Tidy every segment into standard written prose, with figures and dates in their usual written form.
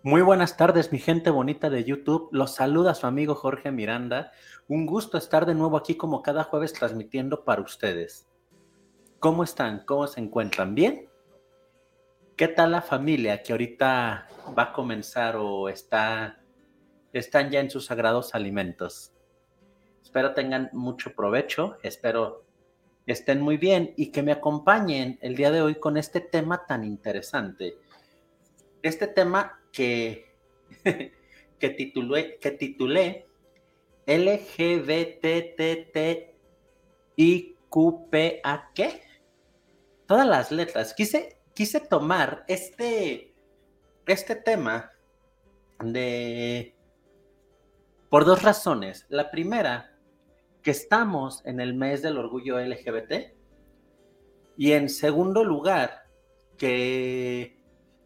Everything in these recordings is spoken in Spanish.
Muy buenas tardes, mi gente bonita de YouTube. Los saluda su amigo Jorge Miranda. Un gusto estar de nuevo aquí como cada jueves transmitiendo para ustedes. ¿Cómo están? ¿Cómo se encuentran? ¿Bien? ¿Qué tal la familia que ahorita va a comenzar o están ya en sus sagrados alimentos? Espero tengan mucho provecho, espero estén muy bien y que me acompañen el día de hoy con este tema tan interesante. Este tema que titulé LGBTTIQPA, ¿qué? Todas las letras. Quise tomar este tema de por dos razones. La primera, que estamos en el mes del orgullo LGBT. Y en segundo lugar, que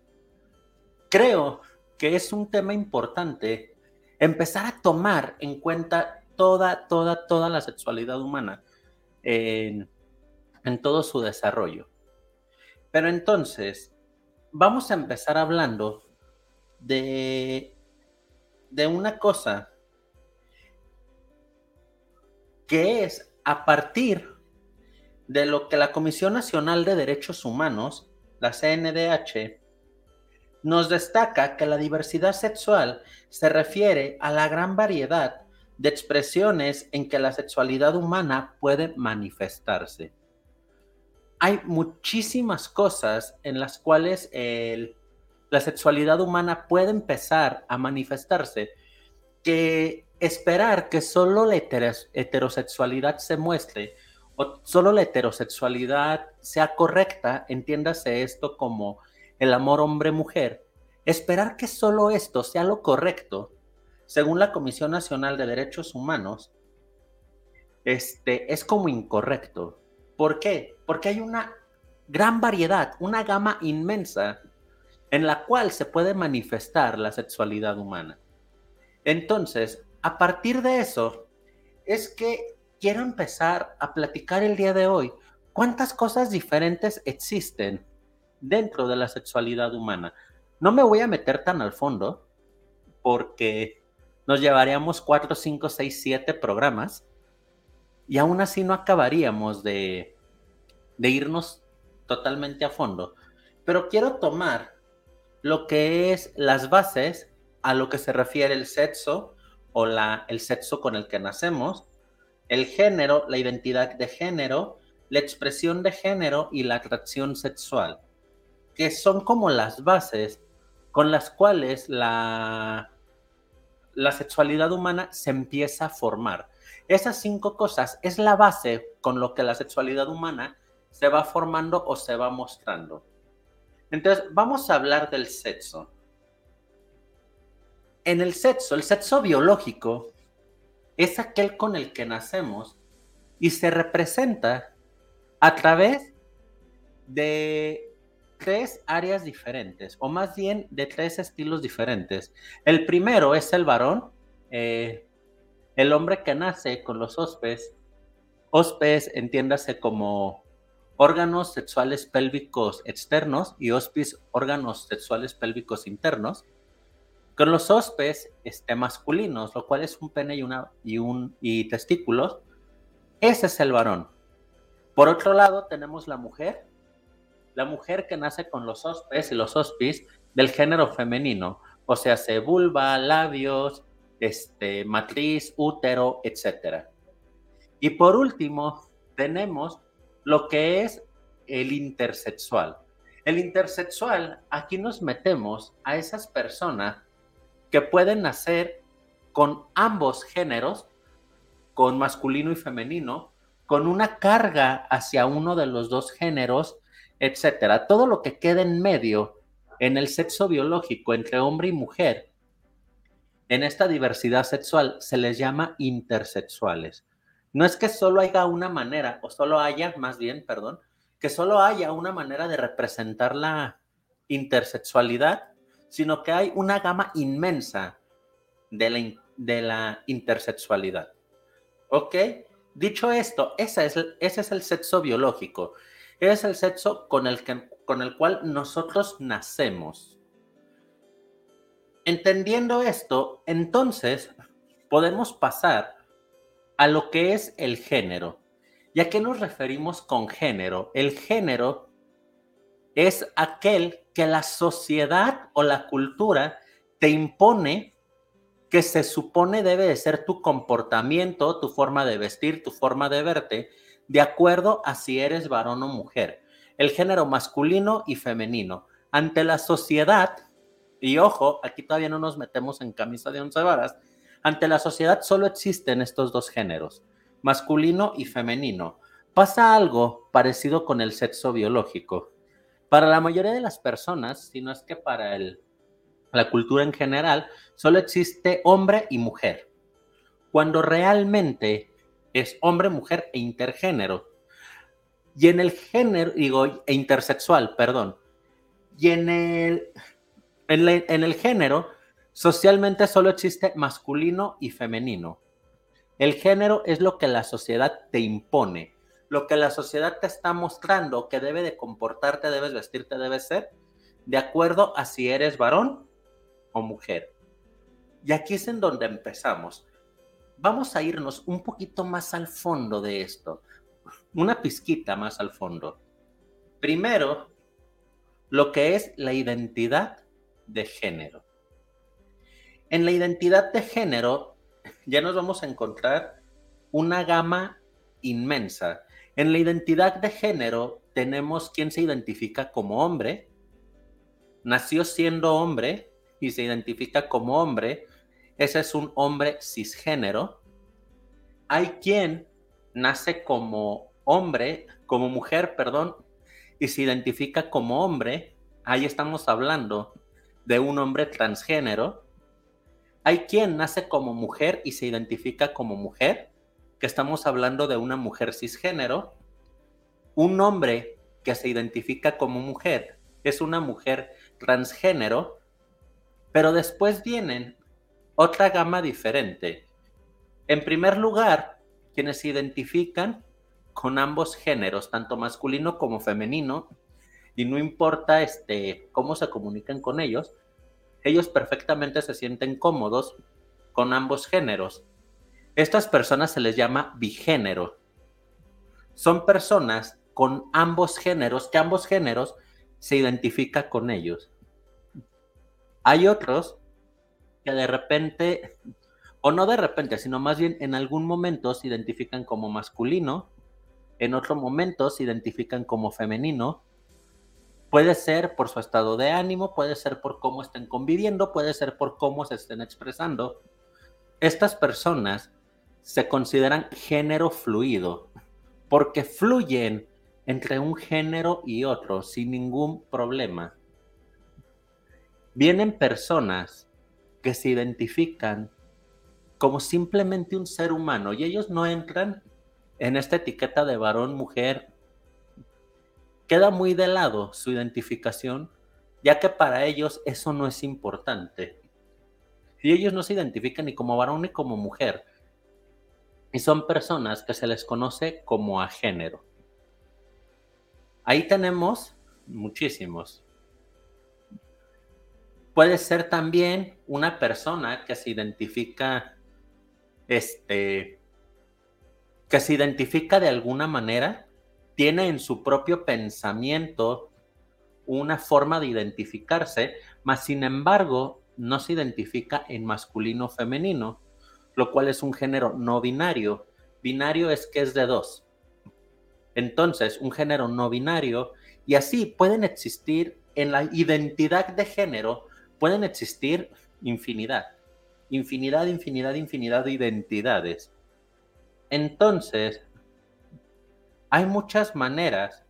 creo que es un tema importante empezar a tomar en cuenta toda la sexualidad humana en, en todo su desarrollo. Pero entonces, vamos a empezar hablando de, de una cosa que es a partir de lo que la Comisión Nacional de Derechos Humanos, la CNDH, nos destaca que la diversidad sexual se refiere a la gran variedad de expresiones en que la sexualidad humana puede manifestarse. Hay muchísimas cosas en las cuales la sexualidad humana puede empezar a manifestarse, que esperar que solo la heterosexualidad se muestre o solo la heterosexualidad sea correcta, entiéndase esto como el amor hombre-mujer, esperar que solo esto sea lo correcto, según la Comisión Nacional de Derechos Humanos, es como incorrecto. ¿Por qué? Porque hay una gran variedad, una gama inmensa en la cual se puede manifestar la sexualidad humana. Entonces, a partir de eso, es que quiero empezar a platicar el día de hoy cuántas cosas diferentes existen dentro de la sexualidad humana. No me voy a meter tan al fondo porque nos llevaríamos 4, 5, 6, 7 programas y aún así no acabaríamos de irnos totalmente a fondo. Pero quiero tomar lo que es las bases a lo que se refiere el sexo o el sexo con el que nacemos, el género, la identidad de género, la expresión de género y la atracción sexual, que son como las bases con las cuales la sexualidad humana se empieza a formar. Esas 5 cosas es la base con lo que la sexualidad humana se va formando o se va mostrando. Entonces, vamos a hablar del sexo. En el sexo biológico es aquel con el que nacemos y se representa a través de 3 áreas diferentes, o más bien de 3 estilos diferentes. El primero es el varón, el hombre que nace con los óspes. Óspes, entiéndase como órganos sexuales pélvicos externos y ospis, órganos sexuales pélvicos internos. Con los óspes masculinos, lo cual es un pene y testículos, ese es el varón. Por otro lado, tenemos la mujer que nace con los óspes y los ospis del género femenino, o sea, vulva, labios, matriz, útero, etc. Y por último, tenemos lo que es el intersexual. El intersexual, aquí nos metemos a esas personas que pueden nacer con ambos géneros, con masculino y femenino, con una carga hacia uno de los dos géneros, etcétera. Todo lo que queda en medio en el sexo biológico entre hombre y mujer, en esta diversidad sexual, se les llama intersexuales. No es que solo haya una manera, o solo haya, más bien, perdón, que solo haya una manera de representar la intersexualidad, sino que hay una gama inmensa de la intersexualidad. ¿Ok? Dicho esto, ese es el sexo biológico. Es el sexo con el cual nosotros nacemos. Entendiendo esto, entonces podemos pasar a lo que es el género. ¿Y a qué nos referimos con género? El género es aquel que la sociedad o la cultura te impone, que se supone debe de ser tu comportamiento, tu forma de vestir, tu forma de verte, de acuerdo a si eres varón o mujer. El género masculino y femenino. Ante la sociedad, y ojo, aquí todavía no nos metemos en camisa de once varas, ante la sociedad solo existen estos dos géneros, masculino y femenino. Pasa algo parecido con el sexo biológico. Para la mayoría de las personas, si no es que para la cultura en general, solo existe hombre y mujer, cuando realmente es hombre, mujer e intergénero. Y en el género, digo, e intersexual, perdón. Y en el género, socialmente solo existe masculino y femenino. El género es lo que la sociedad te impone, lo que la sociedad te está mostrando que debe de comportarte, debes vestirte, debes ser, de acuerdo a si eres varón o mujer. Y aquí es en donde empezamos. Vamos a irnos un poquito más al fondo de esto, una pizquita más al fondo. Primero, lo que es la identidad de género. En la identidad de género ya nos vamos a encontrar una gama inmensa. En la identidad de género tenemos quien se identifica como hombre, nació siendo hombre y se identifica como hombre, ese es un hombre cisgénero. Hay quien nace como hombre, como mujer, perdón, y se identifica como hombre, ahí estamos hablando de un hombre transgénero. Hay quien nace como mujer y se identifica como mujer, que estamos hablando de una mujer cisgénero. Un hombre que se identifica como mujer es una mujer transgénero, pero después vienen otra gama diferente. En primer lugar, quienes se identifican con ambos géneros, tanto masculino como femenino, y no importa cómo se comunican con ellos perfectamente se sienten cómodos con ambos géneros. Estas personas se les llama bigénero. Son personas con ambos géneros, que ambos géneros se identifican con ellos. Hay otros que de repente, o no de repente, sino más bien en algún momento se identifican como masculino, en otro momento se identifican como femenino. Puede ser por su estado de ánimo, puede ser por cómo estén conviviendo, puede ser por cómo se estén expresando. Estas personas se consideran género fluido porque fluyen entre un género y otro sin ningún problema. Vienen personas que se identifican como simplemente un ser humano y ellos no entran en esta etiqueta de varón, mujer. Queda muy de lado su identificación, ya que para ellos eso no es importante. Y ellos no se identifican ni como varón ni como mujer. Y son personas que se les conoce como agénero. Ahí tenemos muchísimos. Puede ser también una persona que se identifica, que se identifica de alguna manera, tiene en su propio pensamiento una forma de identificarse, mas sin embargo no se identifica en masculino o femenino, lo cual es un género no binario. Binario es que es de dos. Entonces, un género no binario, y así pueden existir en la identidad de género, pueden existir infinidad de identidades. Entonces, hay muchas maneras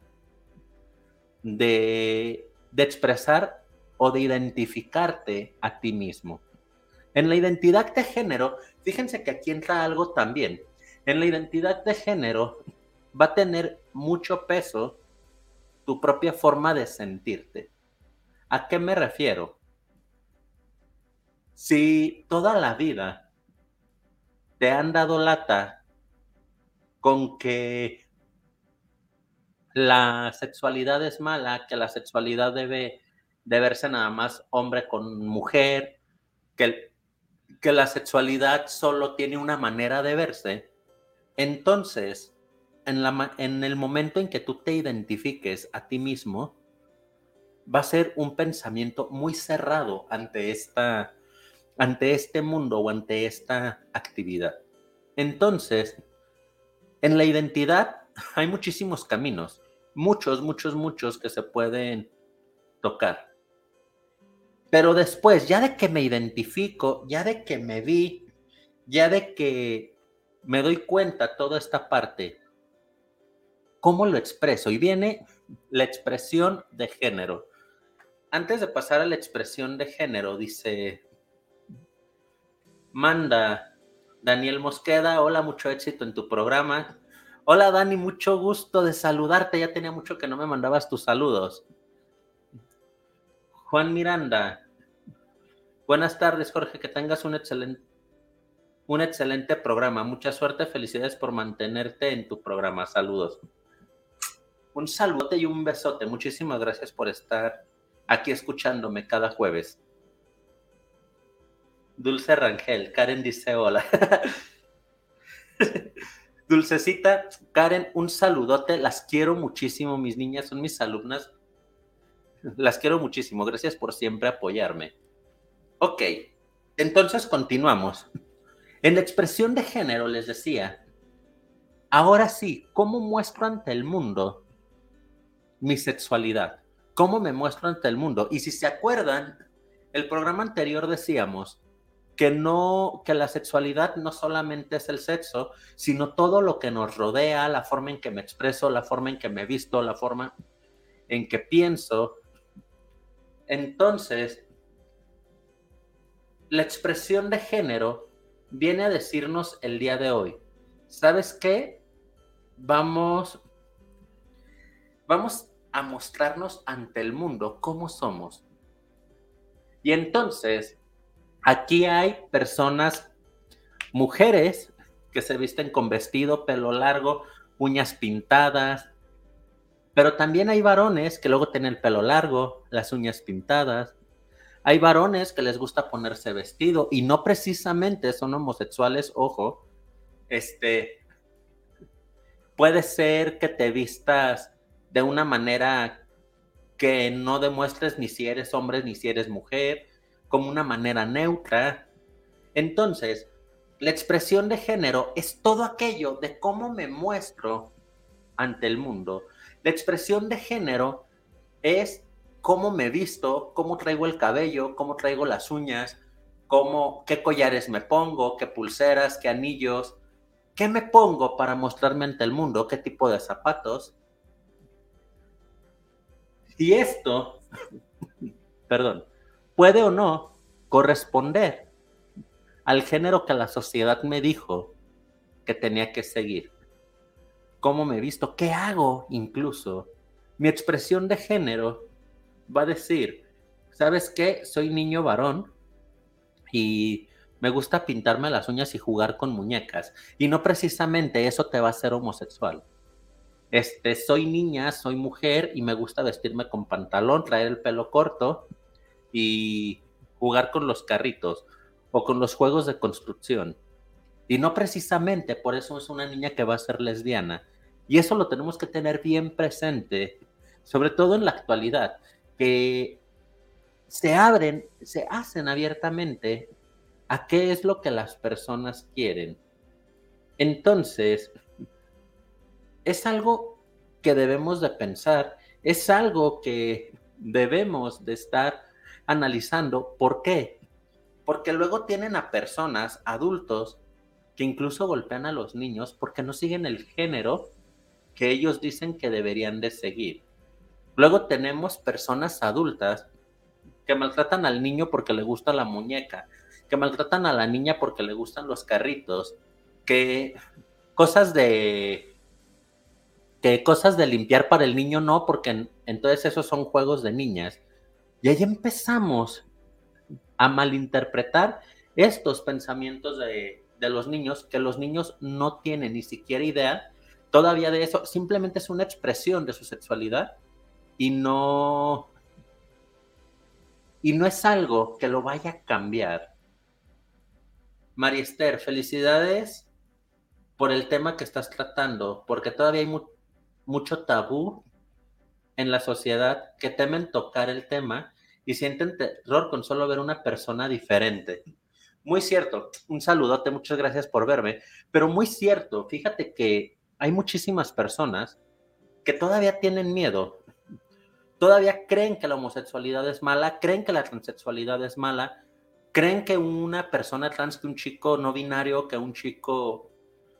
de expresar o de identificarte a ti mismo. En la identidad de género, fíjense que aquí entra algo también. En la identidad de género va a tener mucho peso tu propia forma de sentirte. ¿A qué me refiero? Si toda la vida te han dado lata con que la sexualidad es mala, que la sexualidad debe de verse nada más hombre con mujer, que, que la sexualidad solo tiene una manera de verse, entonces, en el momento en que tú te identifiques a ti mismo, va a ser un pensamiento muy cerrado ante este mundo o ante esta actividad. Entonces, en la identidad hay muchísimos caminos, muchos que se pueden tocar. Pero después, ya de que me identifico, ya de que me vi, ya de que me doy cuenta toda esta parte, ¿cómo lo expreso? Y viene la expresión de género. Antes de pasar a la expresión de género, dice, manda Daniel Mosqueda, hola, mucho éxito en tu programa. Hola Dani, mucho gusto de saludarte, ya tenía mucho que no me mandabas tus saludos. Juan Miranda, buenas tardes Jorge, que tengas un excelente programa, mucha suerte, felicidades por mantenerte en tu programa, saludos. Un saludote y un besote, muchísimas gracias por estar aquí escuchándome cada jueves. Dulce Rangel, Karen dice hola. Dulcecita, Karen, un saludote, las quiero muchísimo, mis niñas son mis alumnas, las quiero muchísimo, gracias por siempre apoyarme. Ok, entonces continuamos. En la expresión de género les decía, ahora sí, ¿cómo muestro ante el mundo mi sexualidad? ¿Cómo me muestro ante el mundo? Y si se acuerdan, el programa anterior decíamos que la sexualidad no solamente es el sexo, sino todo lo que nos rodea, la forma en que me expreso, la forma en que me visto, la forma en que pienso. Entonces, la expresión de género viene a decirnos el día de hoy, ¿sabes qué? Vamos a mostrarnos ante el mundo cómo somos. Y entonces, aquí hay personas, mujeres, que se visten con vestido, pelo largo, uñas pintadas, pero también hay varones que luego tienen el pelo largo, las uñas pintadas. Hay varones que les gusta ponerse vestido y no precisamente son homosexuales, ojo. Puede ser que te vistas de una manera que no demuestres ni si eres hombre ni si eres mujer, como una manera neutra. Entonces, la expresión de género es todo aquello de cómo me muestro ante el mundo. La expresión de género es cómo me visto, cómo traigo el cabello, cómo traigo las uñas, qué collares me pongo, qué pulseras, qué anillos, qué me pongo para mostrarme ante el mundo, qué tipo de zapatos. Y esto, perdón, puede o no corresponder al género que la sociedad me dijo que tenía que seguir. ¿Cómo me visto? ¿Qué hago incluso? Mi expresión de género va a decir, ¿sabes qué? Soy niño varón y me gusta pintarme las uñas y jugar con muñecas. Y no precisamente eso te va a hacer homosexual. Soy niña, soy mujer y me gusta vestirme con pantalón, traer el pelo corto y jugar con los carritos o con los juegos de construcción. Y no precisamente por eso es una niña que va a ser lesbiana. Y eso lo tenemos que tener bien presente, sobre todo en la actualidad, que se hacen abiertamente a qué es lo que las personas quieren. Entonces, es algo que debemos de pensar, es algo que debemos de estar analizando. ¿Por qué? Porque luego tienen a personas, adultos, que incluso golpean a los niños porque no siguen el género que ellos dicen que deberían de seguir. Luego tenemos personas adultas que maltratan al niño porque le gusta la muñeca, que maltratan a la niña porque le gustan los carritos, que cosas de limpiar para el niño no, porque entonces esos son juegos de niñas. Y ahí empezamos a malinterpretar estos pensamientos de los niños, que los niños no tienen ni siquiera idea todavía de eso, simplemente es una expresión de su sexualidad y no es algo que lo vaya a cambiar. María Esther, felicidades por el tema que estás tratando, porque todavía hay mucho tabú en la sociedad que temen tocar el tema y sienten terror con solo ver una persona diferente. Muy cierto, un saludote, muchas gracias por verme, pero muy cierto, fíjate que hay muchísimas personas que todavía tienen miedo, todavía creen que la homosexualidad es mala, creen que la transexualidad es mala, creen que una persona trans, que un chico no binario, que un chico,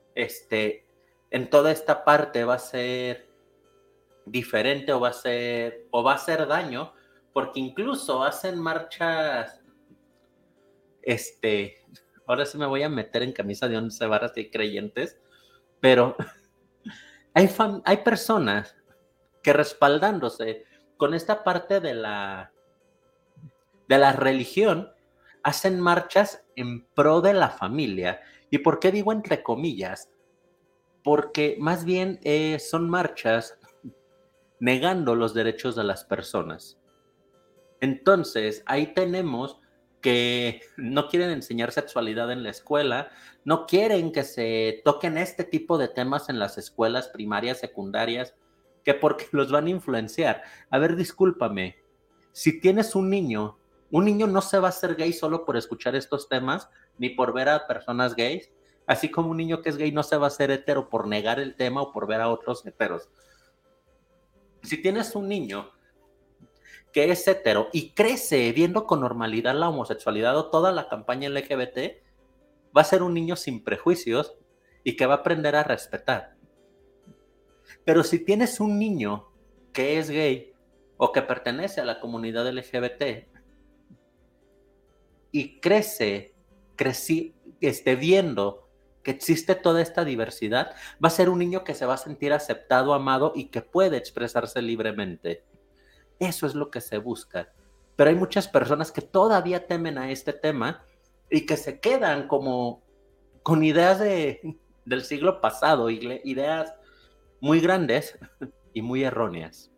en toda esta parte va a ser diferente o va a hacer daño, porque incluso hacen marchas, ahora sí me voy a meter en camisa de 11 varas y creyentes, pero hay personas que respaldándose con esta parte de la religión, hacen marchas en pro de la familia. ¿Y por qué digo entre comillas? Porque más bien son marchas negando los derechos de las personas. Entonces, ahí tenemos que no quieren enseñar sexualidad en la escuela, no quieren que se toquen este tipo de temas en las escuelas primarias, secundarias, que porque los van a influenciar. A ver, discúlpame, si tienes un niño no se va a hacer gay solo por escuchar estos temas, ni por ver a personas gays, así como un niño que es gay no se va a hacer hetero por negar el tema o por ver a otros heteros. Si tienes un niño que es hetero y crece viendo con normalidad la homosexualidad o toda la campaña LGBT, va a ser un niño sin prejuicios y que va a aprender a respetar. Pero si tienes un niño que es gay o que pertenece a la comunidad LGBT y viendo que existe toda esta diversidad, va a ser un niño que se va a sentir aceptado, amado y que puede expresarse libremente. Eso es lo que se busca. Pero hay muchas personas que todavía temen a este tema y que se quedan como con ideas del siglo pasado, ideas muy grandes y muy erróneas.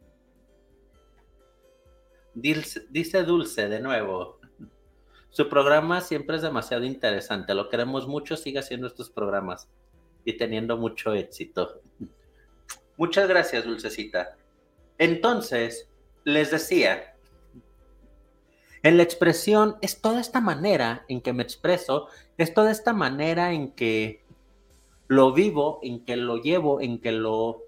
Dice Dulce de nuevo, su programa siempre es demasiado interesante, lo queremos mucho, siga haciendo estos programas y teniendo mucho éxito. Muchas gracias, Dulcecita. Entonces, les decía, en la expresión es toda esta manera en que me expreso, es toda esta manera en que lo vivo, en que lo llevo, en que lo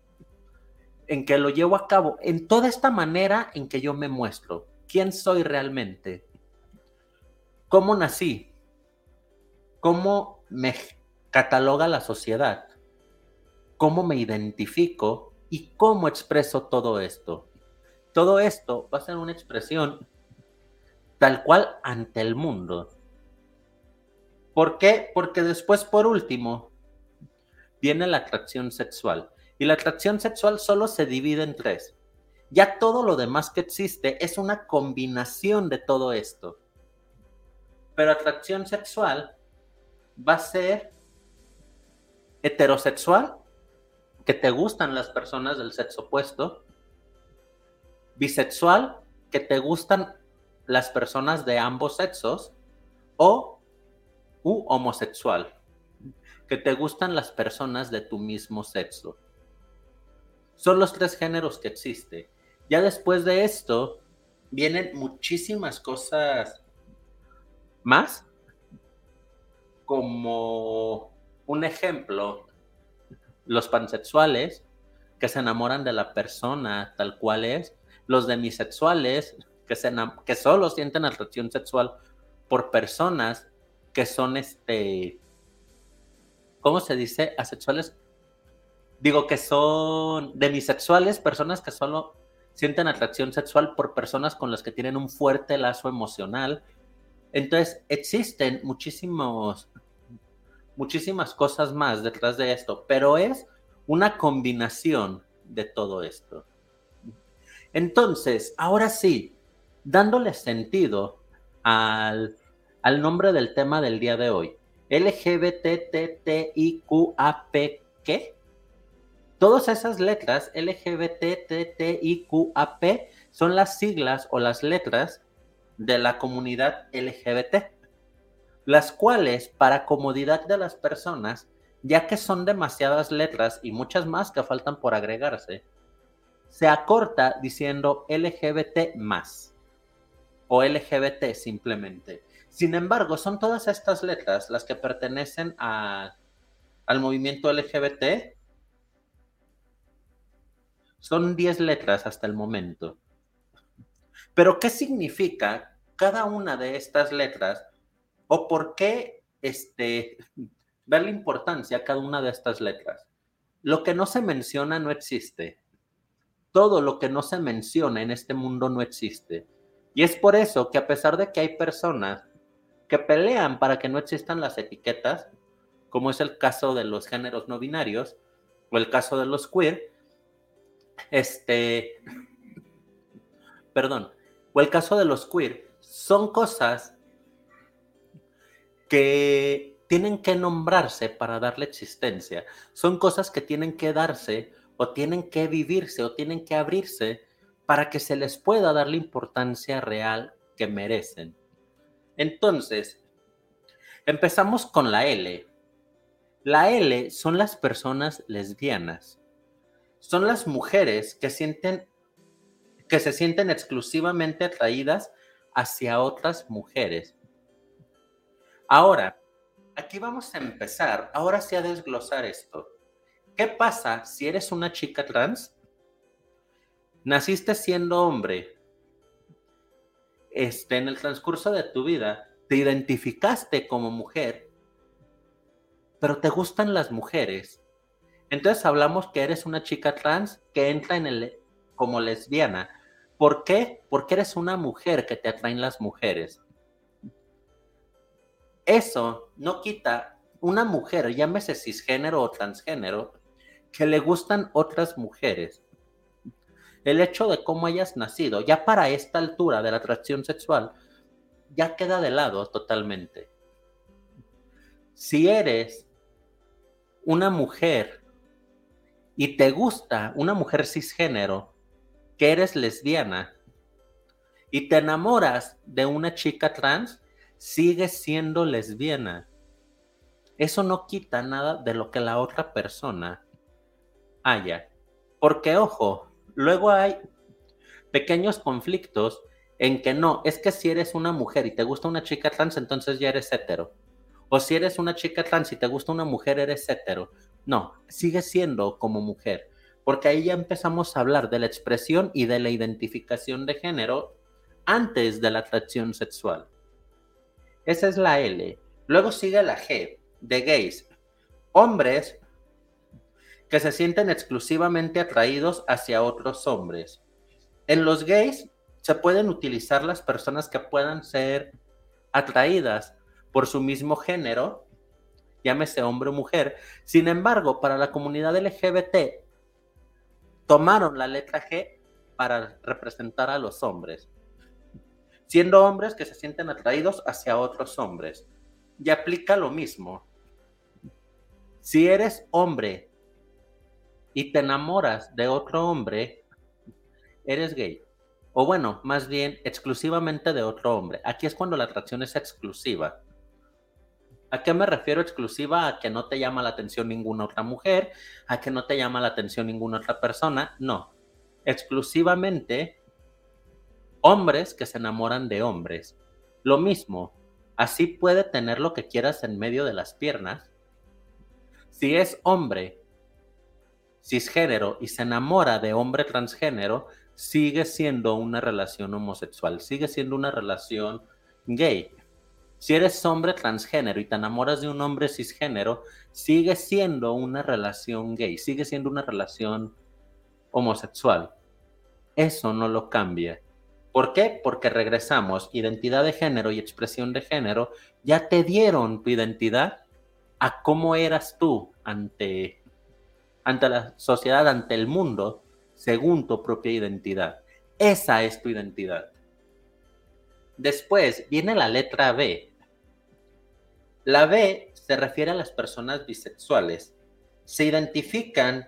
llevo a cabo, en toda esta manera en que yo me muestro. ¿Quién soy realmente? ¿Cómo nací? ¿Cómo me cataloga la sociedad? ¿Cómo me identifico? ¿Y cómo expreso todo esto? Todo esto va a ser una expresión tal cual ante el mundo. ¿Por qué? Porque después, por último, viene la atracción sexual. Y la atracción sexual solo se divide en tres. Ya todo lo demás que existe es una combinación de todo esto. Pero atracción sexual va a ser heterosexual, que te gustan las personas del sexo opuesto, bisexual, que te gustan las personas de ambos sexos, o homosexual, que te gustan las personas de tu mismo sexo. Son los tres géneros que existen. Ya después de esto, vienen muchísimas cosas más, como un ejemplo, los pansexuales, que se enamoran de la persona tal cual es, los demisexuales, que solo sienten atracción sexual por personas que son, ¿cómo se dice? Asexuales. Digo que son demisexuales, personas que solo sienten atracción sexual por personas con las que tienen un fuerte lazo emocional. Entonces, existen muchísimas cosas más detrás de esto, pero es una combinación de todo esto. Entonces, ahora sí, dándole sentido al nombre del tema del día de hoy, LGBTTIQAP, ¿qué? Todas esas letras, LGBTTIQAP, son las siglas o las letras de la comunidad LGBT. las cuales, para comodidad de las personas, ya que son demasiadas letras y muchas más que faltan por agregarse, se acorta diciendo LGBT más o LGBT simplemente. Sin embargo, son todas estas letras las que pertenecen al movimiento LGBT. Son 10 letras hasta el momento. Pero ¿qué significa cada una de estas letras o por qué darle importancia a cada una de estas letras? Lo que no se menciona no existe. Todo lo que no se menciona en este mundo no existe. Y es por eso que a pesar de que hay personas que pelean para que no existan las etiquetas, como es el caso de los géneros no binarios o el caso de los queer, perdón, o el caso de los queer, son cosas que tienen que nombrarse para darle existencia. Son cosas que tienen que darse o tienen que vivirse o tienen que abrirse para que se les pueda dar la importancia real que merecen. Entonces, empezamos con la L. La L son las personas lesbianas. Son las mujeres que se sienten exclusivamente atraídas hacia otras mujeres. Ahora, aquí vamos a empezar, ahora sí a desglosar esto. ¿Qué pasa si eres una chica trans? Naciste siendo hombre. En el transcurso de tu vida te identificaste como mujer, pero te gustan las mujeres. Entonces hablamos que eres una chica trans que entra como lesbiana. ¿Por qué? Porque eres una mujer que te atraen las mujeres. Eso no quita una mujer, llámese cisgénero o transgénero, que le gustan otras mujeres. El hecho de cómo hayas nacido, ya para esta altura de la atracción sexual, ya queda de lado totalmente. Si eres una mujer y te gusta una mujer cisgénero, que eres lesbiana, y te enamoras de una chica trans, sigues siendo lesbiana. Eso no quita nada de lo que la otra persona haya. Porque, ojo, luego hay pequeños conflictos en que no, es que si eres una mujer y te gusta una chica trans, entonces ya eres hetero. O si eres una chica trans y te gusta una mujer, eres hetero. No, sigue siendo como mujer. Porque ahí ya empezamos a hablar de la expresión y de la identificación de género antes de la atracción sexual. Esa es la L. Luego sigue la G, de gays. Hombres que se sienten exclusivamente atraídos hacia otros hombres. En los gays se pueden utilizar las personas que puedan ser atraídas por su mismo género, llámese hombre o mujer. Sin embargo, para la comunidad LGBT, tomaron la letra G para representar a los hombres, siendo hombres que se sienten atraídos hacia otros hombres. Y aplica lo mismo. Si eres hombre y te enamoras de otro hombre, eres gay. O bueno, más bien exclusivamente de otro hombre. Aquí es cuando la atracción es exclusiva. ¿A qué me refiero exclusiva? A que no te llama la atención ninguna otra mujer, a que no te llama la atención ninguna otra persona. No. Exclusivamente hombres que se enamoran de hombres. Lo mismo, así puede tener lo que quieras en medio de las piernas. Si es hombre cisgénero y se enamora de hombre transgénero, sigue siendo una relación homosexual, sigue siendo una relación gay. Si eres hombre transgénero y te enamoras de un hombre cisgénero, sigue siendo una relación gay, sigue siendo una relación homosexual. Eso no lo cambia. ¿Por qué? Porque regresamos, identidad de género y expresión de género, ya te dieron tu identidad a cómo eras tú ante la sociedad, ante el mundo, según tu propia identidad. Esa es tu identidad. Después viene la letra B. La B se refiere a las personas bisexuales. Se identifican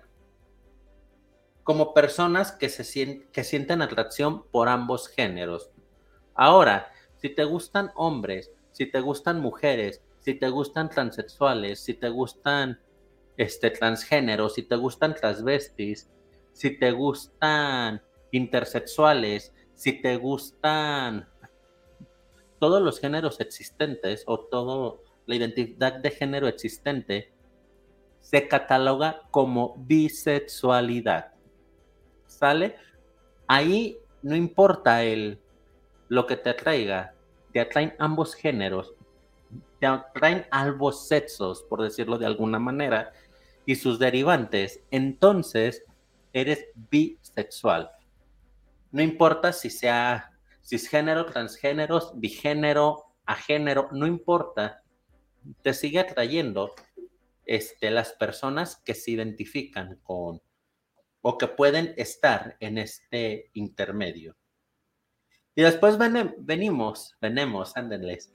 como personas que sienten atracción por ambos géneros. Ahora, si te gustan hombres, si te gustan mujeres, si te gustan transexuales, si te gustan transgéneros, si te gustan transvestis, si te gustan intersexuales, si te gustan todos los géneros existentes o toda la identidad de género existente, se cataloga como bisexualidad. ¿Sale? Ahí no importa lo que te atraiga, te atraen ambos géneros, te atraen ambos sexos, por decirlo de alguna manera, y sus derivantes, entonces eres bisexual. No importa si sea cisgénero, transgéneros, bigénero, agénero, no importa, te sigue atrayendo las personas que se identifican con o que pueden estar en este intermedio. Y después venimos, ándenles.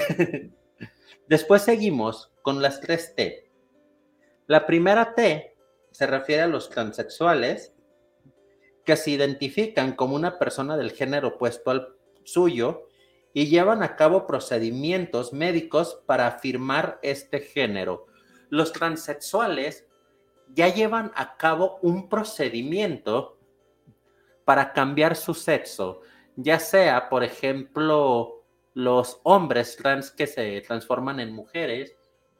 Después seguimos con las 3T. La primera T se refiere a los transexuales que se identifican como una persona del género opuesto al suyo y llevan a cabo procedimientos médicos para afirmar este género. Los transexuales ya llevan a cabo un procedimiento para cambiar su sexo, ya sea, por ejemplo, los hombres trans que se transforman en mujeres,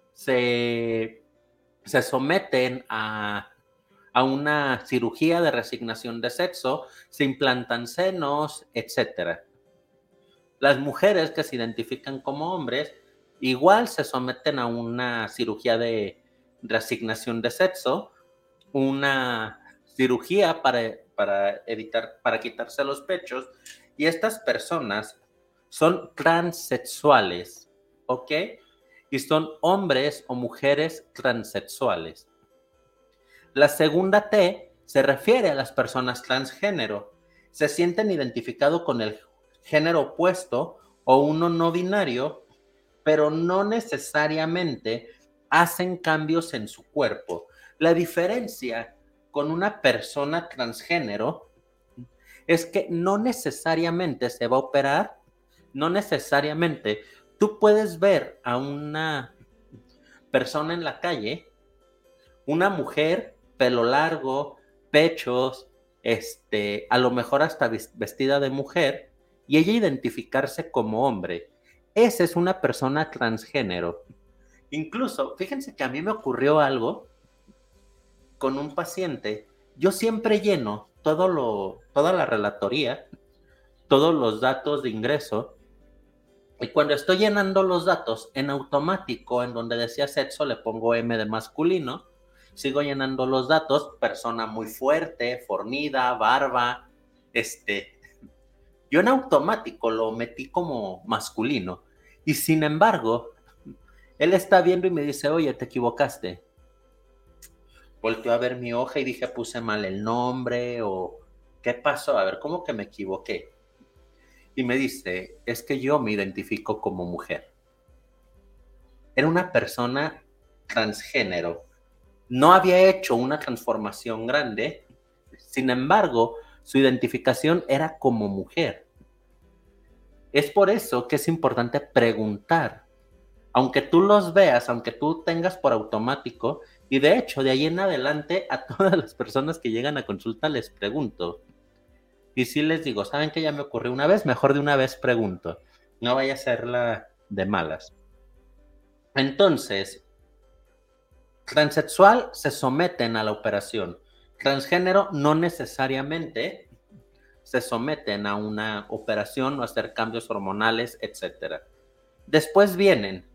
se someten a una cirugía de resignación de sexo, se implantan senos, etc. Las mujeres que se identifican como hombres igual se someten a una cirugía de resignación de sexo, una cirugía para quitarse los pechos, y estas personas son transexuales, ¿ok? Y son hombres o mujeres transexuales. La segunda T se refiere a las personas transgénero. Se sienten identificados con el género opuesto o uno no binario, pero no necesariamente hacen cambios en su cuerpo. La diferencia con una persona transgénero es que no necesariamente se va a operar, no necesariamente. Tú puedes ver a una persona en la calle, una mujer, pelo largo, pechos, a lo mejor hasta vestida de mujer, y ella identificarse como hombre. Esa es una persona transgénero. Incluso, fíjense que a mí me ocurrió algo con un paciente. Yo siempre lleno toda la relatoría, todos los datos de ingreso, y cuando estoy llenando los datos en automático, en donde decía sexo, le pongo M de masculino, sigo llenando los datos, persona muy fuerte, fornida, barba, yo en automático lo metí como masculino, y sin embargo, él está viendo y me dice, oye, te equivocaste. Volteó a ver mi hoja y dije, puse mal el nombre, o ¿qué pasó? A ver, ¿cómo que me equivoqué? Y me dice, es que yo me identifico como mujer. Era una persona transgénero. No había hecho una transformación grande, sin embargo, su identificación era como mujer. Es por eso que es importante preguntar. Aunque tú los veas, aunque tú tengas por automático, y de hecho, de ahí en adelante, a todas las personas que llegan a consulta les pregunto. Y si les digo, ¿saben que ya me ocurrió una vez? Mejor de una vez pregunto. No vaya a ser la de malas. Entonces, transexual se someten a la operación. Transgénero no necesariamente se someten a una operación o a hacer cambios hormonales, etc. Después vienen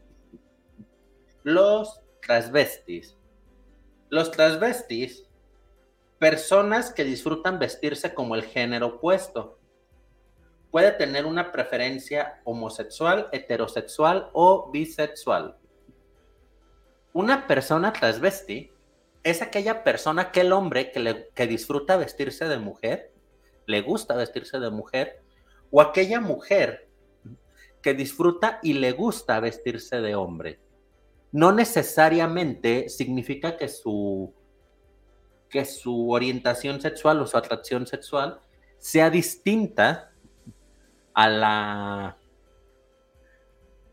los transvestis. Los transvestis, personas que disfrutan vestirse como el género opuesto. Puede tener una preferencia homosexual, heterosexual o bisexual. Una persona transvesti es aquella persona, aquel hombre que disfruta vestirse de mujer, le gusta vestirse de mujer, o aquella mujer que disfruta y le gusta vestirse de hombre. No necesariamente significa que su orientación sexual o su atracción sexual sea distinta a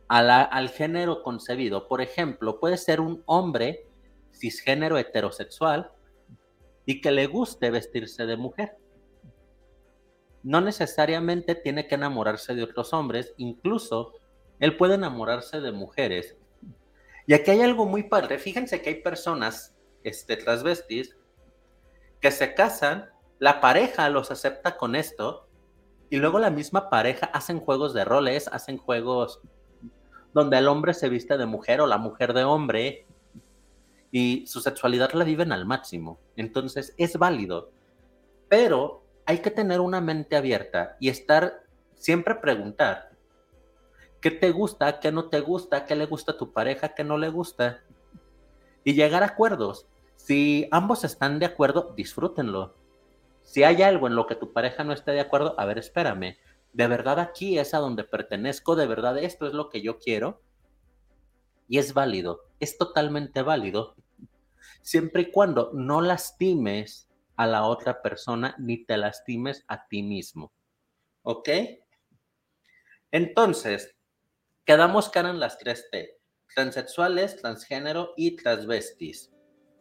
al género concebido. Por ejemplo, puede ser un hombre cisgénero heterosexual y que le guste vestirse de mujer. No necesariamente tiene que enamorarse de otros hombres, incluso él puede enamorarse de mujeres. Y aquí hay algo muy padre. Fíjense que hay personas transvestis que se casan, la pareja los acepta con esto y luego la misma pareja hacen juegos de roles, hacen juegos donde el hombre se viste de mujer o la mujer de hombre y su sexualidad la viven al máximo. Entonces es válido, pero hay que tener una mente abierta y siempre preguntar qué te gusta, qué no te gusta, qué le gusta a tu pareja, qué no le gusta y llegar a acuerdos. Si ambos están de acuerdo, disfrútenlo. Si hay algo en lo que tu pareja no esté de acuerdo, a ver, espérame, ¿de verdad aquí es a donde pertenezco? ¿De verdad esto es lo que yo quiero? Y es válido, es totalmente válido, siempre y cuando no lastimes a la otra persona ni te lastimes a ti mismo. ¿Ok? Entonces, quedamos que eran las 3T: transexuales, transgénero y transvestis.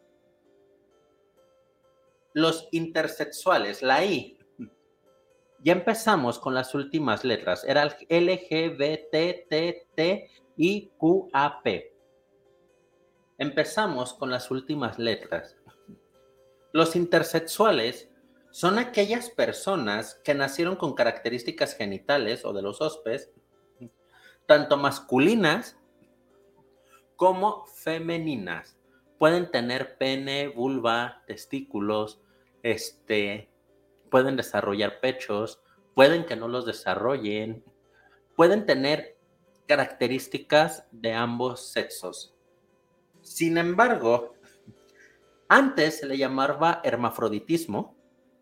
Los intersexuales, la I. Ya empezamos con las últimas letras. Era el L, G, B, T, T, T, I, Q, A, P. Empezamos con las últimas letras. Los intersexuales son aquellas personas que nacieron con características genitales o de los hospes, tanto masculinas como femeninas. Pueden tener pene, vulva, testículos, pueden desarrollar pechos, pueden que no los desarrollen, pueden tener características de ambos sexos. Sin embargo, antes se le llamaba hermafroditismo,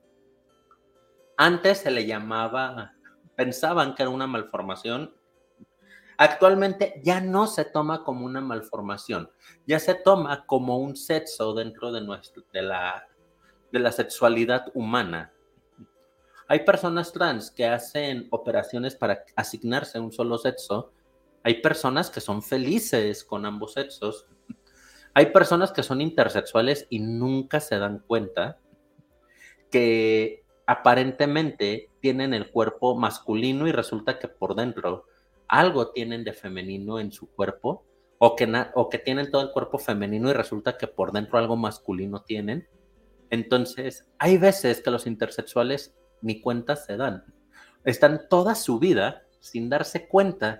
antes se le llamaba, pensaban que era una malformación. Actualmente ya no se toma como una malformación, ya se toma como un sexo dentro de la sexualidad humana. Hay personas trans que hacen operaciones para asignarse a un solo sexo. Hay personas que son felices con ambos sexos. Hay personas que son intersexuales y nunca se dan cuenta que aparentemente tienen el cuerpo masculino y resulta que por dentro algo tienen de femenino en su cuerpo, o que tienen todo el cuerpo femenino y resulta que por dentro algo masculino tienen. Entonces, hay veces que los intersexuales ni cuenta se dan. Están toda su vida sin darse cuenta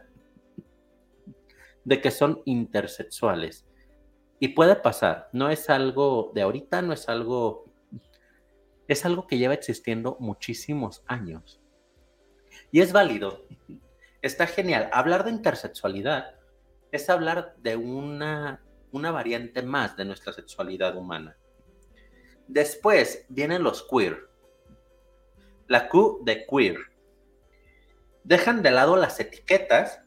de que son intersexuales. Y puede pasar, no es algo de ahorita, no es algo, es algo que lleva existiendo muchísimos años. Y es válido, está genial. Hablar de intersexualidad es hablar de una variante más de nuestra sexualidad humana. Después vienen los queer. La Q de queer. Dejan de lado las etiquetas.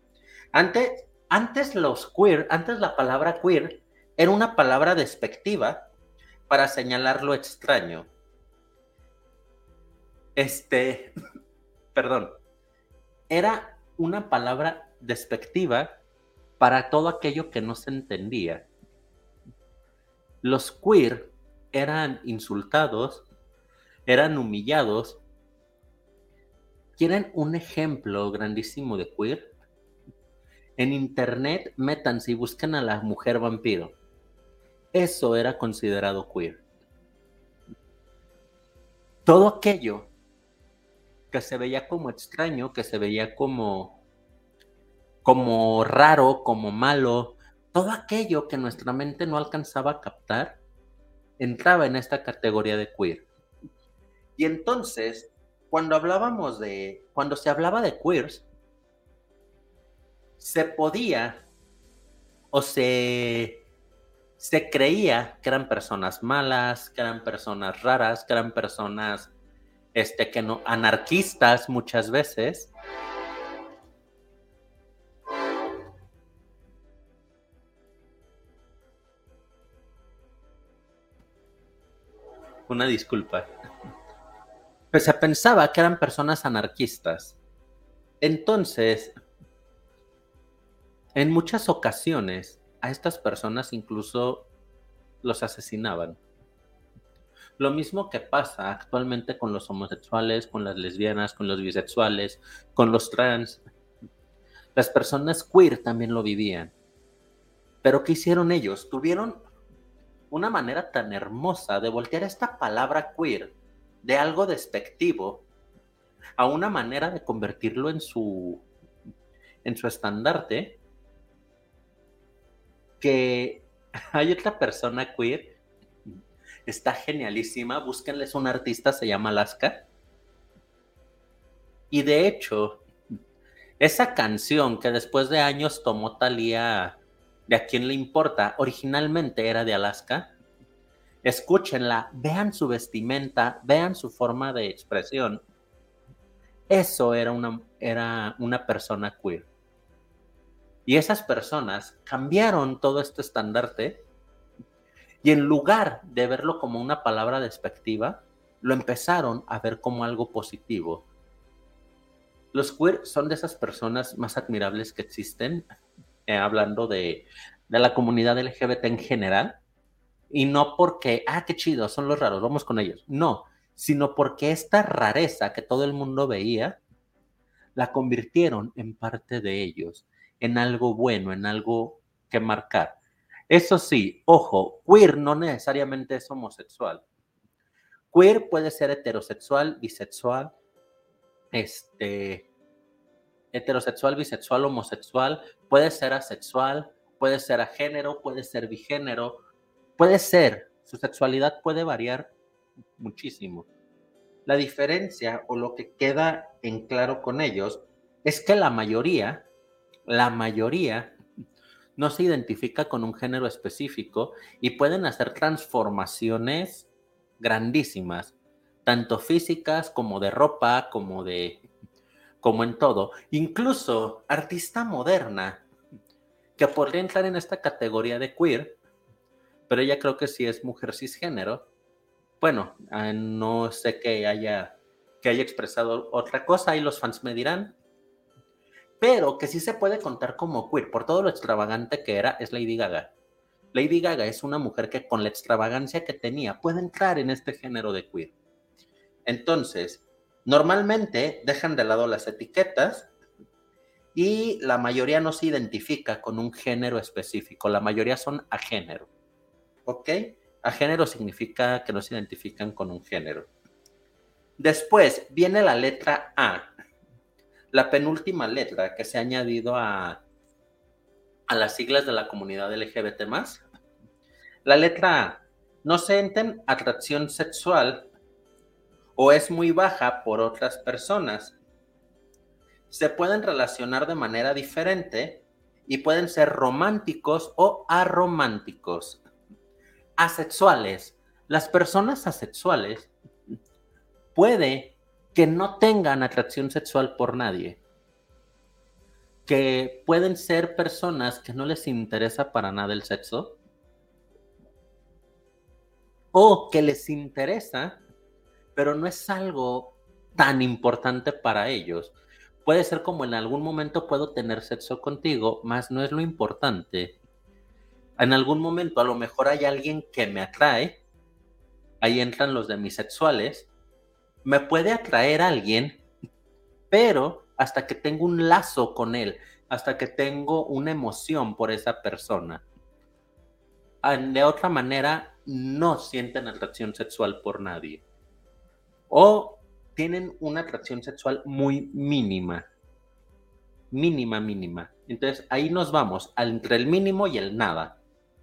Antes la palabra queer era una palabra despectiva para señalar lo extraño. Perdón. Era una palabra despectiva para todo aquello que no se entendía. Los queer eran insultados, eran humillados. ¿Quieren un ejemplo grandísimo de queer? En internet, métanse y busquen a la mujer vampiro. Eso era considerado queer. Todo aquello que se veía como extraño, que se veía como raro, como malo, todo aquello que nuestra mente no alcanzaba a captar, entraba en esta categoría de queer. Y entonces, cuando se hablaba de queers, se podía o se creía que eran personas malas, que eran personas raras, que eran personas que no, anarquistas muchas veces. Una disculpa. Pues se pensaba que eran personas anarquistas. Entonces, En muchas ocasiones a estas personas incluso los asesinaban. Lo mismo que pasa actualmente con los homosexuales, con las lesbianas, con los bisexuales, con los trans. Las personas queer también lo vivían. Pero ¿qué hicieron ellos? Tuvieron una manera tan hermosa de voltear esta palabra queer de algo despectivo a una manera de convertirlo en su estandarte, que hay otra persona queer, está genialísima, búsquenle, es una artista, se llama Alaska, y de hecho, esa canción que después de años tomó Thalía de A Quién le importa, originalmente era de Alaska. Escúchenla, vean su vestimenta, vean su forma de expresión. Eso era una persona queer. Y esas personas cambiaron todo este estandarte y en lugar de verlo como una palabra despectiva, lo empezaron a ver como algo positivo. Los queer son de esas personas más admirables que existen, hablando de la comunidad LGBT en general, y no porque, qué chido, son los raros, vamos con ellos. No, sino porque esta rareza que todo el mundo veía, la convirtieron en parte de ellos, en algo bueno, en algo que marcar. Eso sí, ojo, queer no necesariamente es homosexual. Queer puede ser heterosexual, bisexual, heterosexual, bisexual, homosexual, puede ser asexual, puede ser agénero, puede ser bigénero, puede ser, su sexualidad puede variar muchísimo. La diferencia o lo que queda en claro con ellos es que la mayoría no se identifica con un género específico y pueden hacer transformaciones grandísimas, tanto físicas como de ropa, como en todo. Incluso artista moderna, que podría entrar en esta categoría de queer, pero ella creo que sí es mujer cisgénero. Bueno, no sé que haya expresado otra cosa, y los fans me dirán, pero que sí se puede contar como queer por todo lo extravagante que era, es Lady Gaga. Lady Gaga es una mujer que con la extravagancia que tenía puede entrar en este género de queer. Entonces, normalmente dejan de lado las etiquetas y la mayoría no se identifica con un género específico, la mayoría son agénero, ¿ok? Agénero significa que no se identifican con un género. Después viene la letra A, la penúltima letra que se ha añadido a las siglas de la comunidad LGBT+. La letra A, no sienten atracción sexual o es muy baja por otras personas. Se pueden relacionar de manera diferente y pueden ser románticos o arománticos. Asexuales. Las personas asexuales puede que no tengan atracción sexual por nadie, que pueden ser personas que no les interesa para nada el sexo, o que les interesa, pero no es algo tan importante para ellos. Puede ser como en algún momento puedo tener sexo contigo, más no es lo importante. En algún momento a lo mejor hay alguien que me atrae, ahí entran los demisexuales, me puede atraer alguien, pero hasta que tengo un lazo con él, hasta que tengo una emoción por esa persona. De otra manera, no sienten atracción sexual por nadie. O tienen una atracción sexual muy mínima. Mínima. Entonces, ahí nos vamos, entre el mínimo y el nada.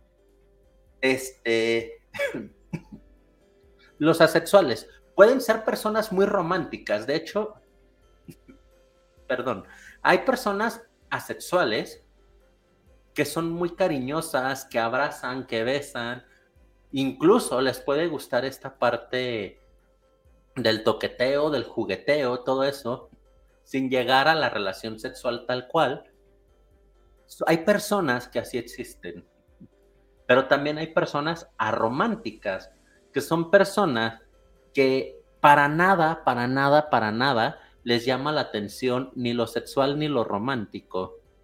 Los asexuales pueden ser personas muy románticas. De hecho, hay personas asexuales que son muy cariñosas, que abrazan, que besan. Incluso les puede gustar esta parte del toqueteo, del jugueteo, todo eso, sin llegar a la relación sexual tal cual. Hay personas que así existen, pero también hay personas arománticas, que son personas que para nada les llama la atención ni lo sexual ni lo romántico.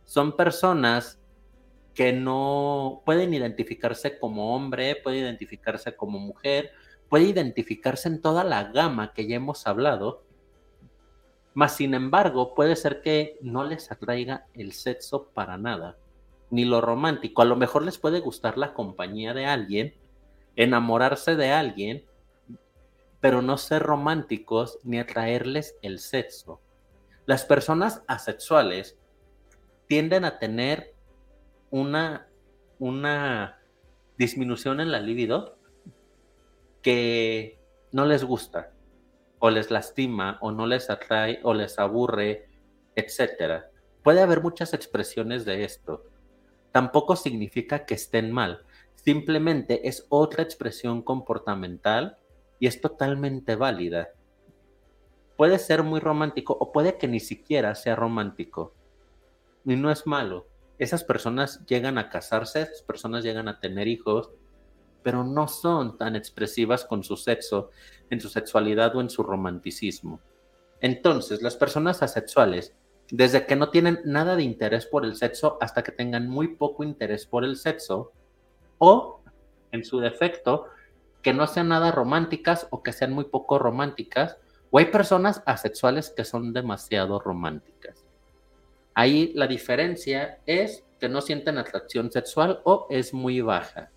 son personas que no pueden identificarse como hombre, puede identificarse como mujer, puede identificarse en toda la gama que ya hemos hablado, mas sin embargo puede ser que no les atraiga el sexo para nada, ni lo romántico. A lo mejor les puede gustar la compañía de alguien, enamorarse de alguien, pero no ser románticos ni atraerles el sexo. Las personas asexuales tienden a tener una, una disminución en la libido que no les gusta, o les lastima, o no les atrae, o les aburre, etcétera. Puede haber muchas expresiones de esto. Tampoco significa que estén mal, simplemente es otra expresión comportamental y es totalmente válida. Puede ser muy romántico o puede que ni siquiera sea romántico. Y no es malo. Esas personas llegan a casarse, esas personas llegan a tener hijos, pero no son tan expresivas con su sexo, en su sexualidad o en su romanticismo. Entonces, las personas asexuales, desde que no tienen nada de interés por el sexo hasta que tengan muy poco interés por el sexo, o, en su defecto, que no sean nada románticas o que sean muy poco románticas, o hay personas asexuales que son demasiado románticas. Ahí la diferencia es que no sienten atracción sexual o es muy baja.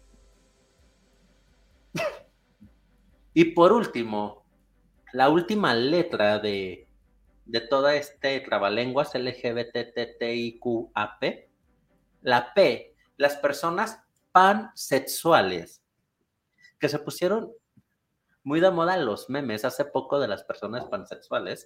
Y por último, la última letra de toda este trabalenguas LGBTTIQAP, la P, las personas pansexuales, que se pusieron muy de moda los memes hace poco de las personas pansexuales.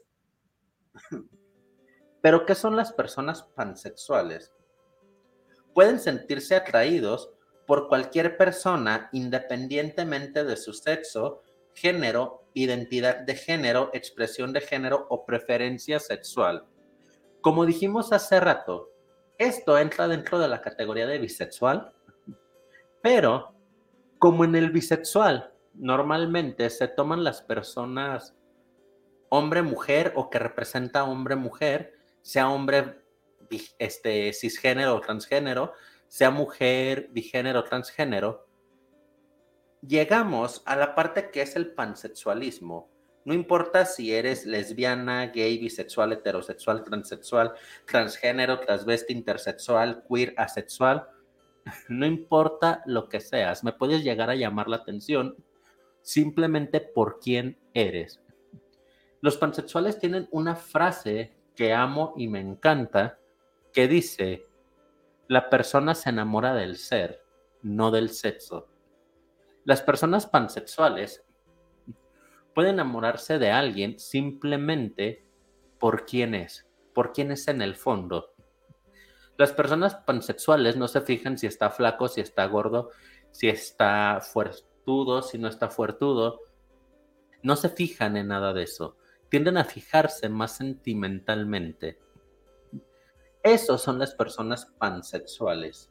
Pero ¿qué son las personas pansexuales? Pueden sentirse atraídos por cualquier persona independientemente de su sexo, género, identidad de género, expresión de género o preferencia sexual. Como dijimos hace rato, esto entra dentro de la categoría de bisexual, pero como en el bisexual normalmente se toman las personas hombre-mujer o que representa hombre-mujer, sea hombre cisgénero o transgénero, sea mujer bigénero o transgénero, llegamos a la parte que es el pansexualismo. No importa si eres lesbiana, gay, bisexual, heterosexual, transexual, transgénero, transvesti, intersexual, queer, asexual, no importa lo que seas, me puedes llegar a llamar la atención simplemente por quién eres. Los pansexuales tienen una frase que amo y me encanta, que dice, la persona se enamora del ser, no del sexo. Las personas pansexuales pueden enamorarse de alguien simplemente por quién es en el fondo. Las personas pansexuales no se fijan si está flaco, si está gordo, si está fuertudo, si no está fuertudo. No se fijan en nada de eso. Tienden a fijarse más sentimentalmente. Esos son las personas pansexuales.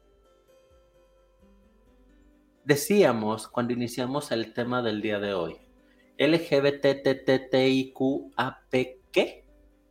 Decíamos cuando iniciamos el tema del día de hoy, LGBTTTIQAP, ¿qué?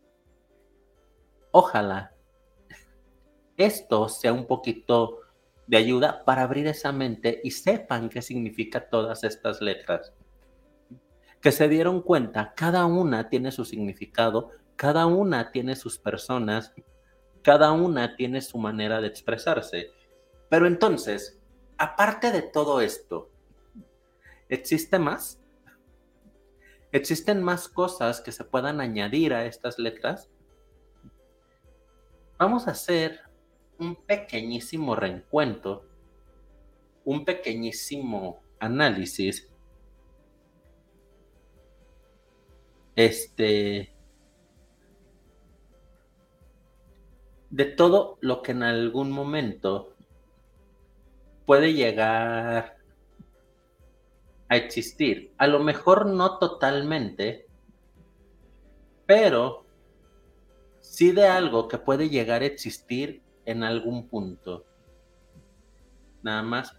Ojalá esto sea un poquito de ayuda para abrir esa mente y sepan qué significa todas estas letras. Que se dieron cuenta, cada una tiene su significado, cada una tiene sus personas, cada una tiene su manera de expresarse. Pero entonces, aparte de todo esto, ¿existe más? ¿Existen más cosas que se puedan añadir a estas letras? Vamos a hacer un pequeñísimo reencuentro, un pequeñísimo análisis, de todo lo que en algún momento puede llegar a existir. A lo mejor no totalmente, pero sí de algo que puede llegar a existir en algún punto. Nada más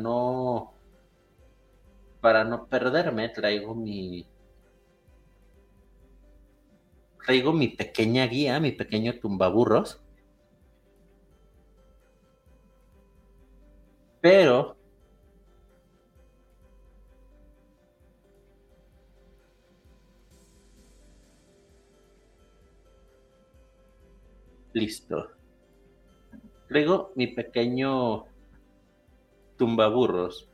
para no perderme, traigo mi pequeña guía, mi pequeño tumbaburros, Pero listo. Traigo mi pequeño tumbaburros.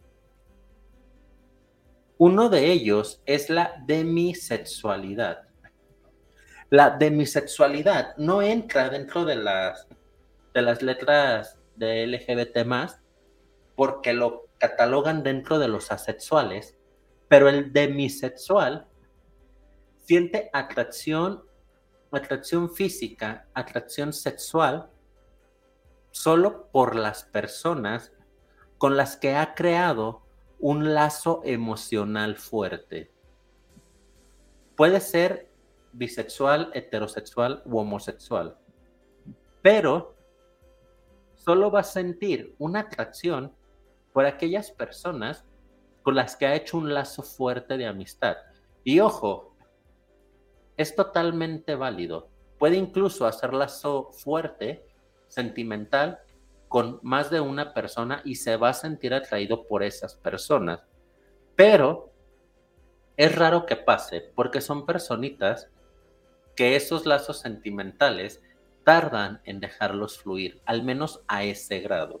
Uno de ellos es la demisexualidad. La demisexualidad no entra dentro de las letras de LGBT más porque lo catalogan dentro de los asexuales, pero el demisexual siente atracción física, atracción sexual, solo por las personas con las que ha creado un lazo emocional fuerte. Puede ser bisexual, heterosexual u homosexual, pero solo va a sentir una atracción por aquellas personas con las que ha hecho un lazo fuerte de amistad. Y ojo, es totalmente válido. Puede incluso hacer lazo fuerte, sentimental, con más de una persona y se va a sentir atraído por esas personas. Pero es raro que pase porque son personitas que esos lazos sentimentales tardan en dejarlos fluir, al menos a ese grado.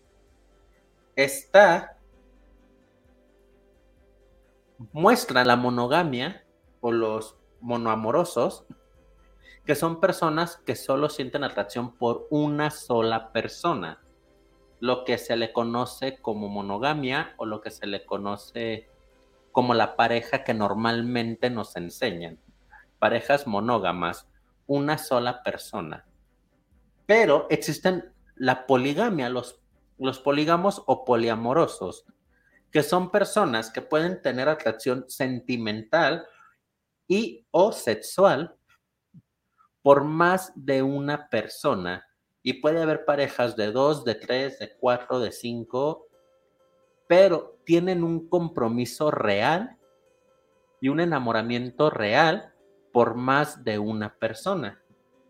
Muestra la monogamia o los monoamorosos, que son personas que solo sienten atracción por una sola persona, lo que se le conoce como monogamia o lo que se le conoce como la pareja que normalmente nos enseñan, parejas monógamas, una sola persona. Pero existen la poligamia, los polígamos o poliamorosos, que son personas que pueden tener atracción sentimental y o sexual por más de una persona. Y puede haber parejas de 2, de 3, de 4, de 5, pero tienen un compromiso real y un enamoramiento real por más de una persona.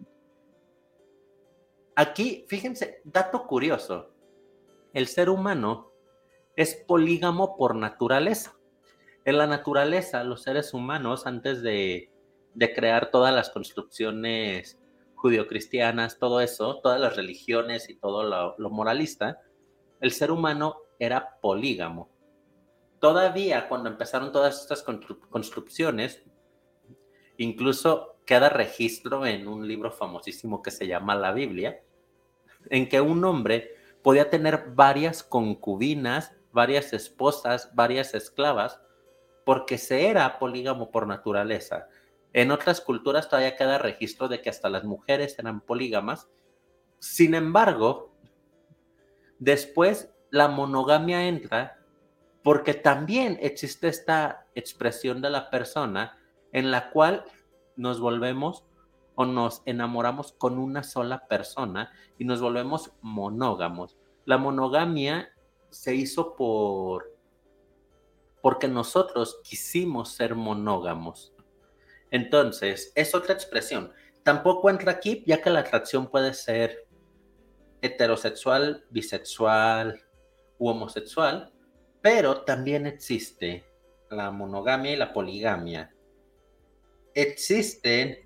Aquí, fíjense, dato curioso, el ser humano es polígamo por naturaleza. En la naturaleza, los seres humanos, antes de crear todas las construcciones judio-cristianas, todo eso, todas las religiones y todo lo moralista, el ser humano era polígamo. Todavía cuando empezaron todas estas construcciones, incluso queda registro en un libro famosísimo que se llama la Biblia, en que un hombre podía tener varias concubinas, varias esposas, varias esclavas, porque se era polígamo por naturaleza. En otras culturas todavía queda registro de que hasta las mujeres eran polígamas. Sin embargo, después la monogamia entra porque también existe esta expresión de la persona en la cual nos volvemos o nos enamoramos con una sola persona y nos volvemos monógamos. La monogamia se hizo porque nosotros quisimos ser monógamos. Entonces, es otra expresión. Tampoco entra aquí, ya que la atracción puede ser heterosexual, bisexual u homosexual, pero también existe la monogamia y la poligamia. Existen,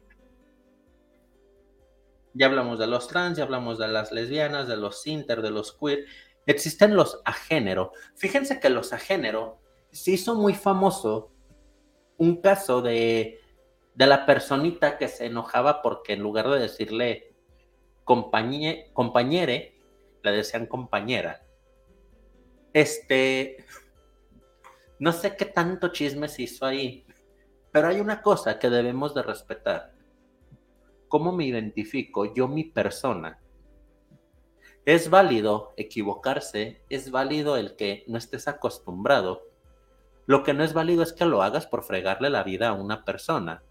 ya hablamos de los trans, ya hablamos de las lesbianas, de los inter, de los queer, existen los agénero. Fíjense que los agénero se hizo muy famoso un caso de la personita que se enojaba porque en lugar de decirle compañere, le decían compañera. No sé qué tanto chisme se hizo ahí, pero hay una cosa que debemos de respetar. ¿Cómo me identifico yo, mi persona? Es válido equivocarse, es válido el que no estés acostumbrado. Lo que no es válido es que lo hagas por fregarle la vida a una persona.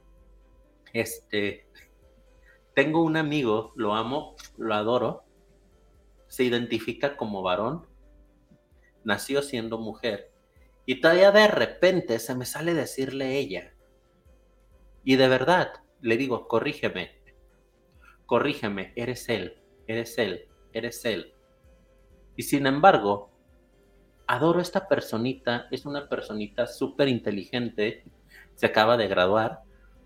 Tengo un amigo, lo amo, lo adoro, se identifica como varón, nació siendo mujer, y todavía de repente se me sale decirle ella. Y de verdad, le digo, corrígeme, eres él, eres él, eres él. Y sin embargo, adoro a esta personita, es una personita súper inteligente, se acaba de graduar,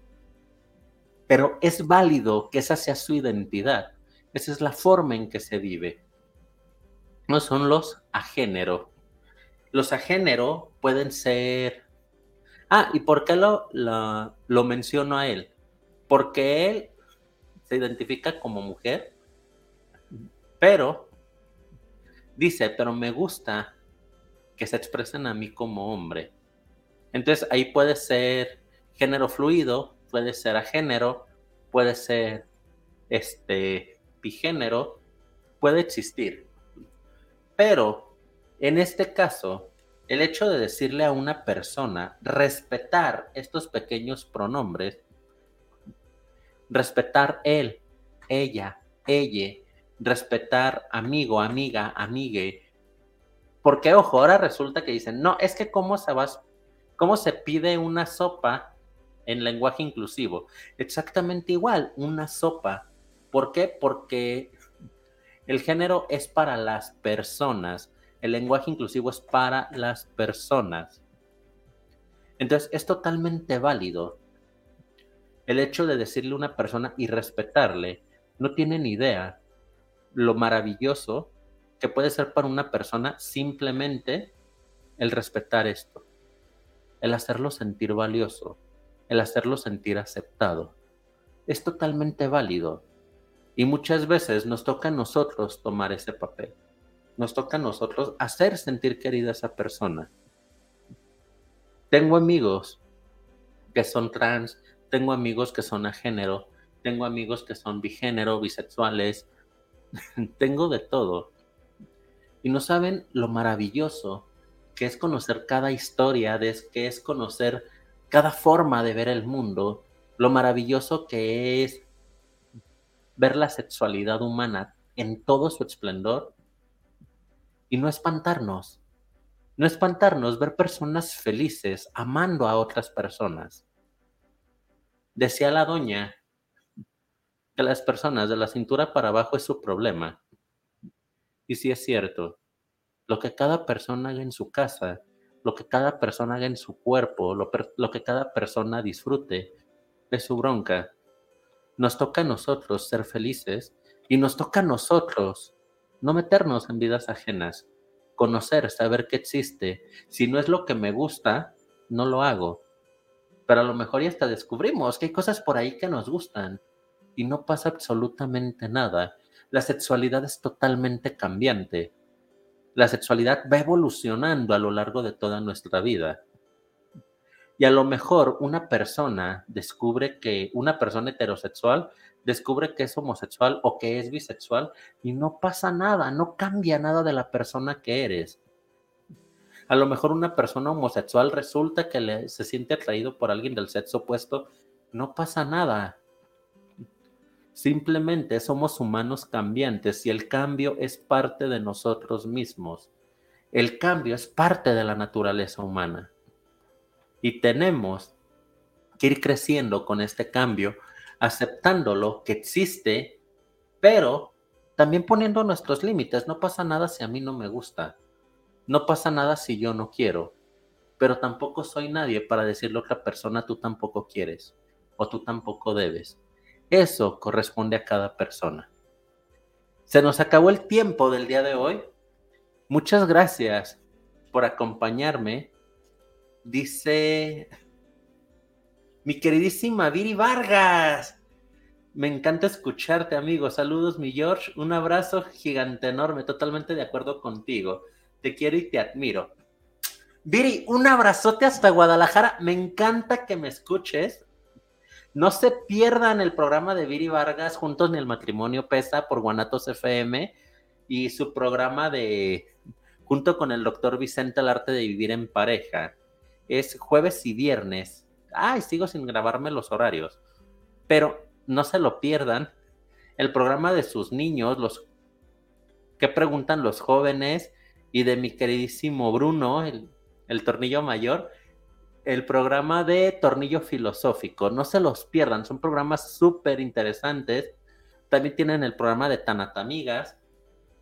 pero es válido que esa sea su identidad, esa es la forma en que se vive. No son los agénero. Los agénero pueden ser... Ah, ¿y por qué lo menciono a él? Porque él se identifica como mujer, pero dice, pero me gusta que se expresen a mí como hombre. Entonces ahí puede ser género fluido, puede ser agénero, puede ser bigénero, puede existir. Pero en este caso, el hecho de decirle a una persona respetar estos pequeños pronombres, respetar él, ella, ella, respetar amigo, amiga, amigue, porque ojo, ahora resulta que dicen, no, es que cómo se pide una sopa en lenguaje inclusivo. Exactamente igual, una sopa. ¿Por qué? Porque el género es para las personas, el lenguaje inclusivo es para las personas. Entonces es totalmente válido el hecho de decirle a una persona y respetarle. No tienen idea lo maravilloso que puede ser para una persona simplemente el respetar esto, el hacerlo sentir valioso, el hacerlo sentir aceptado. Es totalmente válido. Y muchas veces nos toca a nosotros tomar ese papel. Nos toca a nosotros hacer sentir querida a esa persona. Tengo amigos que son trans, tengo amigos que son agénero, tengo amigos que son bigénero, bisexuales, tengo de todo. Y no saben lo maravilloso que es conocer cada historia, que es conocer cada forma de ver el mundo, lo maravilloso que es ver la sexualidad humana en todo su esplendor y no espantarnos ver personas felices amando a otras personas. Decía la doña que las personas de la cintura para abajo es su problema. Y sí es cierto, lo que cada persona haga en su casa, lo que cada persona haga en su cuerpo, lo que cada persona disfrute, es su bronca. Nos toca a nosotros ser felices y nos toca a nosotros no meternos en vidas ajenas, conocer, saber que existe. Si no es lo que me gusta, no lo hago. Pero a lo mejor ya hasta descubrimos que hay cosas por ahí que nos gustan y no pasa absolutamente nada. La sexualidad es totalmente cambiante. La sexualidad va evolucionando a lo largo de toda nuestra vida. Y a lo mejor una persona heterosexual descubre que es homosexual o que es bisexual y no pasa nada, no cambia nada de la persona que eres. A lo mejor una persona homosexual resulta que se siente atraído por alguien del sexo opuesto, no pasa nada. Simplemente somos humanos cambiantes y el cambio es parte de nosotros mismos. El cambio es parte de la naturaleza humana. Y tenemos que ir creciendo con este cambio, aceptándolo que existe, pero también poniendo nuestros límites. No pasa nada si a mí no me gusta. No pasa nada si yo no quiero. Pero tampoco soy nadie para decirle a otra persona tú tampoco quieres o tú tampoco debes. Eso corresponde a cada persona. Se nos acabó el tiempo del día de hoy. Muchas gracias por acompañarme. Dice mi queridísima Viri Vargas. Me encanta escucharte, amigo. Saludos, mi George. Un abrazo gigante enorme. Totalmente de acuerdo contigo. Te quiero y te admiro. Viri, un abrazote hasta Guadalajara. Me encanta que me escuches. No se pierdan el programa de Viri Vargas, Juntos ni el matrimonio pesa, por Guanatos FM, y su programa junto con el doctor Vicente, el arte de vivir en pareja. Es jueves y viernes. Ay, sigo sin grabarme los horarios. Pero no se lo pierdan. El programa de sus niños, los que preguntan los jóvenes, y de mi queridísimo Bruno, el tornillo mayor, el programa de Tornillo Filosófico. No se los pierdan, son programas súper interesantes. También tienen el programa de Tanatamigas.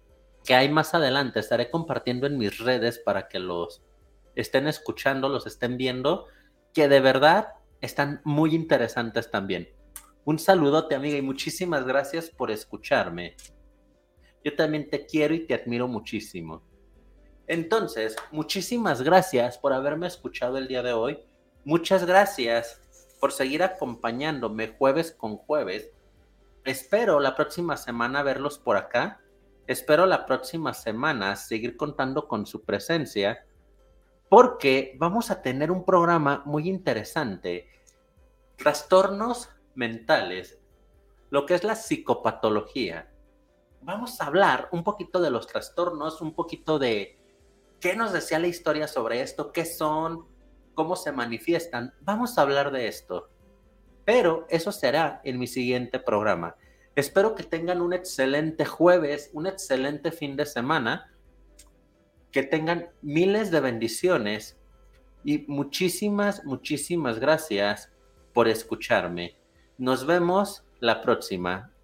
que hay más adelante. Estaré compartiendo en mis redes para que los estén escuchando, los estén viendo, que de verdad están muy interesantes también. Un saludote, amiga, y muchísimas gracias por escucharme. Yo también te quiero y te admiro muchísimo. Entonces, muchísimas gracias por haberme escuchado el día de hoy. Muchas gracias por seguir acompañándome jueves con jueves. Espero la próxima semana verlos por acá. Espero la próxima semana seguir contando con su presencia porque vamos a tener un programa muy interesante. Trastornos mentales, lo que es la psicopatología. Vamos a hablar un poquito de los trastornos, un poquito de qué nos decía la historia sobre esto, qué son, cómo se manifiestan. Vamos a hablar de esto, pero eso será en mi siguiente programa. Espero que tengan un excelente jueves, un excelente fin de semana, que tengan miles de bendiciones y muchísimas, muchísimas gracias por escucharme. Nos vemos la próxima.